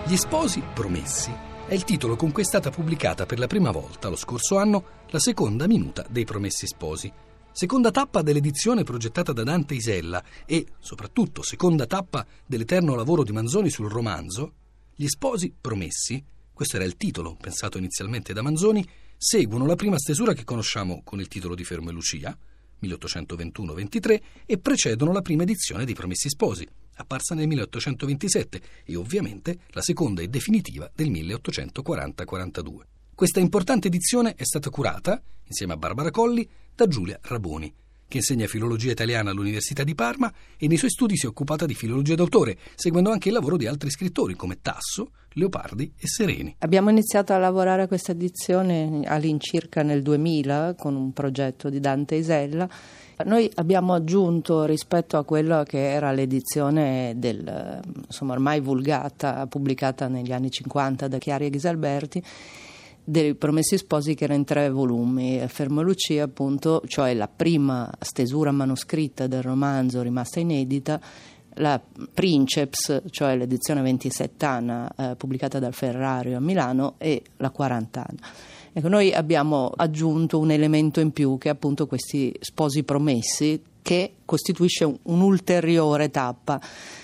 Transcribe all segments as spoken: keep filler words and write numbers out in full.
Gli sposi promessi è il titolo con cui è stata pubblicata per la prima volta lo scorso anno la seconda minuta dei Promessi Sposi. Seconda tappa dell'edizione progettata da Dante Isella e, soprattutto, seconda tappa dell'eterno lavoro di Manzoni sul romanzo. Gli sposi promessi, questo era il titolo pensato inizialmente da Manzoni, seguono la prima stesura che conosciamo con il titolo di Fermo e Lucia, milleottocentoventuno ventitré, e precedono la prima edizione dei Promessi Sposi, apparsa nel milleottocentoventisette, e ovviamente la seconda e definitiva del milleottocentoquaranta quarantadue. Questa importante edizione è stata curata, insieme a Barbara Colli, da Giulia Raboni, che insegna filologia italiana all'Università di Parma e nei suoi studi si è occupata di filologia d'autore, seguendo anche il lavoro di altri scrittori come Tasso, Leopardi e Sereni. Abbiamo iniziato a lavorare a questa edizione all'incirca nel duemila con un progetto di Dante Isella. Noi abbiamo aggiunto rispetto a quella che era l'edizione del, insomma, ormai vulgata, pubblicata negli anni cinquanta da Chiari e Ghisalberti, dei Promessi Sposi, che era in tre volumi. Fermo e Lucia, appunto, cioè la prima stesura manoscritta del romanzo rimasta inedita, la Princeps, cioè l'edizione ventisettana eh, pubblicata dal Ferrario a Milano, e la quarantana. Ecco, noi abbiamo aggiunto un elemento in più, che è appunto questi sposi promessi, che costituisce un, un'ulteriore tappa.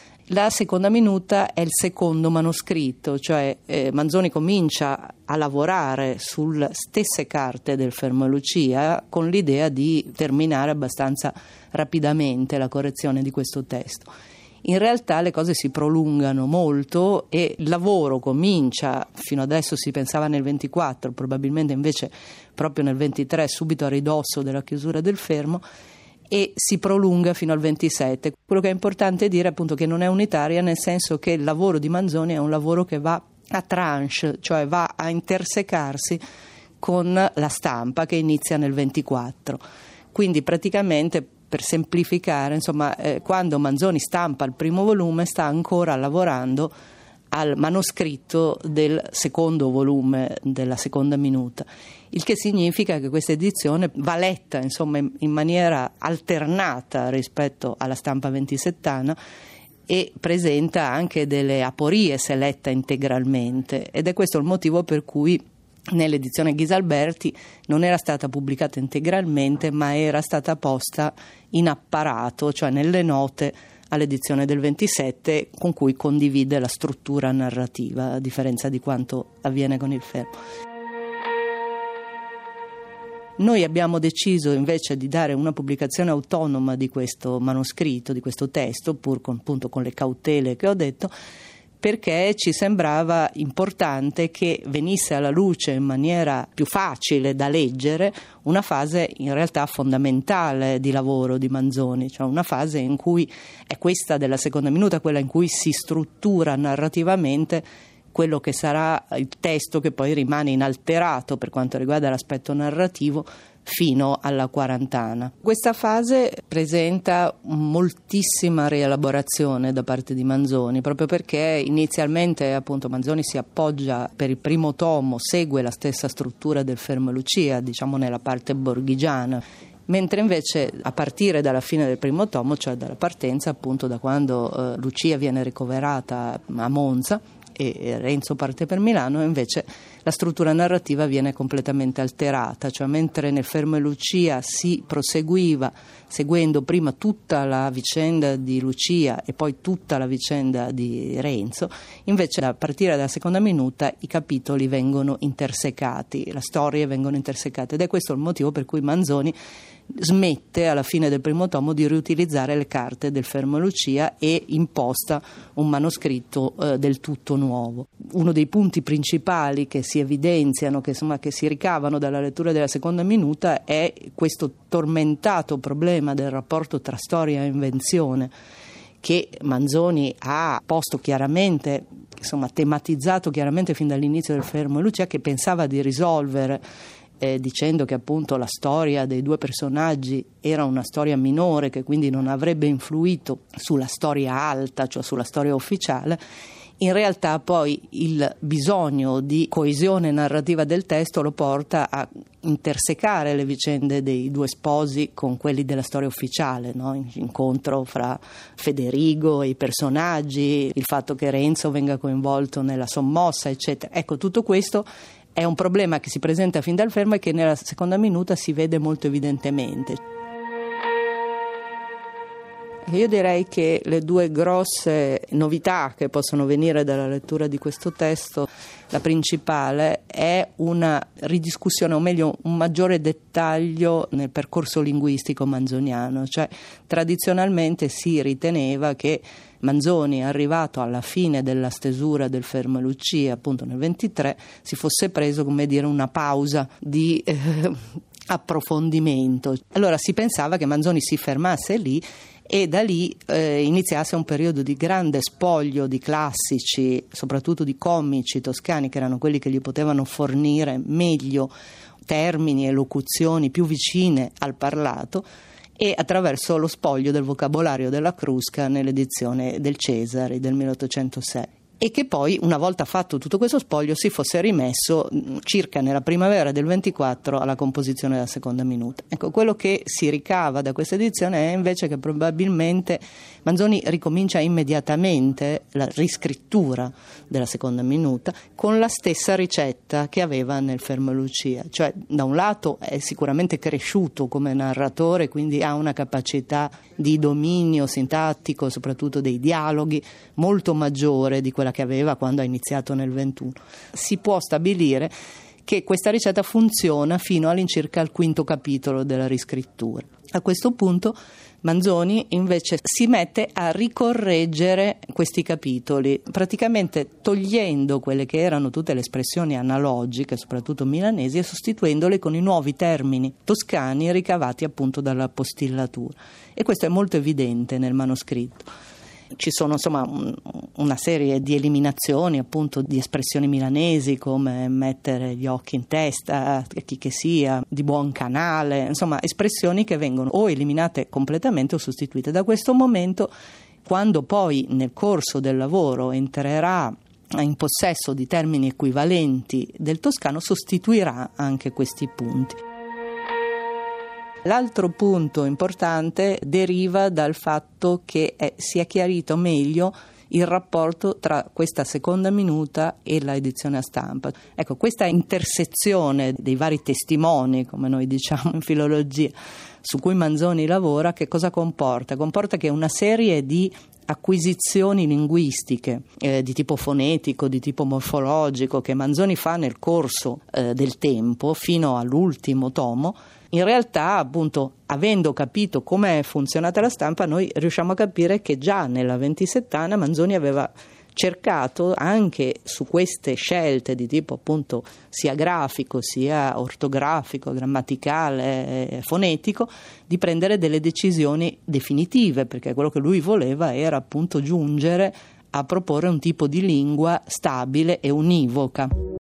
La seconda minuta è il secondo manoscritto, cioè eh, Manzoni comincia a lavorare sulle stesse carte del Fermo e Lucia con l'idea di terminare abbastanza rapidamente la correzione di questo testo. In realtà le cose si prolungano molto e il lavoro comincia, fino adesso si pensava nel ventiquattro, probabilmente invece proprio nel ventitré, subito a ridosso della chiusura del Fermo, e si prolunga fino al ventisette. Quello che è importante dire appunto che non è unitaria, nel senso che il lavoro di Manzoni è un lavoro che va a tranche, cioè va a intersecarsi con la stampa che inizia nel ventiquattro. Quindi praticamente, per semplificare, insomma, eh, quando Manzoni stampa il primo volume sta ancora lavorando al manoscritto del secondo volume della seconda minuta, il che significa che questa edizione va letta, insomma, in, in maniera alternata rispetto alla stampa ventisettana, e presenta anche delle aporie se letta integralmente, ed è questo il motivo per cui nell'edizione Ghisalberti non era stata pubblicata integralmente, ma era stata posta in apparato, cioè nelle note all'edizione del ventisette, con cui condivide la struttura narrativa, a differenza di quanto avviene con il Fermo. Noi abbiamo deciso invece di dare una pubblicazione autonoma di questo manoscritto, di questo testo, pur con, appunto, con le cautele che ho detto, perché ci sembrava importante che venisse alla luce in maniera più facile da leggere una fase in realtà fondamentale di lavoro di Manzoni, cioè una fase in cui è questa della seconda minuta, quella in cui si struttura narrativamente quello che sarà il testo, che poi rimane inalterato per quanto riguarda l'aspetto narrativo fino alla quarantana. Questa fase presenta moltissima rielaborazione da parte di Manzoni, proprio perché inizialmente appunto Manzoni si appoggia per il primo tomo, segue la stessa struttura del Fermo e Lucia, diciamo nella parte borghigiana, mentre invece a partire dalla fine del primo tomo, cioè dalla partenza appunto da quando eh, Lucia viene ricoverata a Monza e Renzo parte per Milano, invece la struttura narrativa viene completamente alterata, cioè mentre nel Fermo e Lucia si proseguiva seguendo prima tutta la vicenda di Lucia e poi tutta la vicenda di Renzo, invece a partire dalla seconda minuta i capitoli vengono intersecati, le storie vengono intersecate, ed è questo il motivo per cui Manzoni smette alla fine del primo tomo di riutilizzare le carte del Fermo e Lucia e imposta un manoscritto eh, del tutto nuovo. Uno dei punti principali che si evidenziano, che insomma che si ricavano dalla lettura della seconda minuta, è questo tormentato problema del rapporto tra storia e invenzione, che Manzoni ha posto chiaramente, insomma tematizzato chiaramente fin dall'inizio del Fermo e Lucia, che pensava di risolvere Eh, dicendo che appunto la storia dei due personaggi era una storia minore, che quindi non avrebbe influito sulla storia alta, cioè sulla storia ufficiale. In realtà poi il bisogno di coesione narrativa del testo lo porta a intersecare le vicende dei due sposi con quelli della storia ufficiale, no? Incontro fra Federigo e i personaggi, il fatto che Renzo venga coinvolto nella sommossa, eccetera. Ecco, tutto questo è un problema che si presenta fin dal fermo e che nella seconda minuta si vede molto evidentemente. Io direi che le due grosse novità che possono venire dalla lettura di questo testo, la principale è una ridiscussione, o meglio un maggiore dettaglio nel percorso linguistico manzoniano. Cioè, tradizionalmente si riteneva che Manzoni, arrivato alla fine della stesura del Fermo Lucia, appunto nel ventitré, si fosse preso, come dire, una pausa di eh, approfondimento. Allora si pensava che Manzoni si fermasse lì e da lì eh, iniziasse un periodo di grande spoglio di classici, soprattutto di comici toscani, che erano quelli che gli potevano fornire meglio termini e locuzioni più vicine al parlato, e attraverso lo spoglio del vocabolario della Crusca nell'edizione del Cesari del milleottocentosei. E che poi, una volta fatto tutto questo spoglio, si fosse rimesso circa nella primavera del ventiquattro alla composizione della seconda minuta. Ecco, quello che si ricava da questa edizione è invece che probabilmente Manzoni ricomincia immediatamente la riscrittura della seconda minuta con la stessa ricetta che aveva nel Fermo Lucia. Cioè, da un lato è sicuramente cresciuto come narratore, quindi ha una capacità di dominio sintattico, soprattutto dei dialoghi, molto maggiore di quella che aveva quando ha iniziato nel ventuno. Si può stabilire che questa ricetta funziona fino all'incirca al quinto capitolo della riscrittura. A questo punto Manzoni invece si mette a ricorreggere questi capitoli, praticamente togliendo quelle che erano tutte le espressioni analogiche, soprattutto milanesi, e sostituendole con i nuovi termini toscani ricavati appunto dalla postillatura. E questo è molto evidente nel manoscritto. Ci sono insomma un, una serie di eliminazioni appunto di espressioni milanesi, come mettere gli occhi in testa, chi che sia, di buon canale, insomma espressioni che vengono o eliminate completamente o sostituite. Da questo momento, quando poi nel corso del lavoro entrerà in possesso di termini equivalenti del toscano, sostituirà anche questi punti. L'altro punto importante deriva dal fatto che è, si è chiarito meglio il rapporto tra questa seconda minuta e la edizione a stampa. Ecco, questa intersezione dei vari testimoni, come noi diciamo in filologia, su cui Manzoni lavora, che cosa comporta? Comporta che una serie di acquisizioni linguistiche eh, di tipo fonetico, di tipo morfologico, che Manzoni fa nel corso eh, del tempo fino all'ultimo tomo, in realtà, appunto, avendo capito come è funzionata la stampa, noi riusciamo a capire che già nella ventisettana Manzoni aveva cercato anche su queste scelte di tipo appunto sia grafico sia ortografico, grammaticale, fonetico, di prendere delle decisioni definitive, perché quello che lui voleva era appunto giungere a proporre un tipo di lingua stabile e univoca.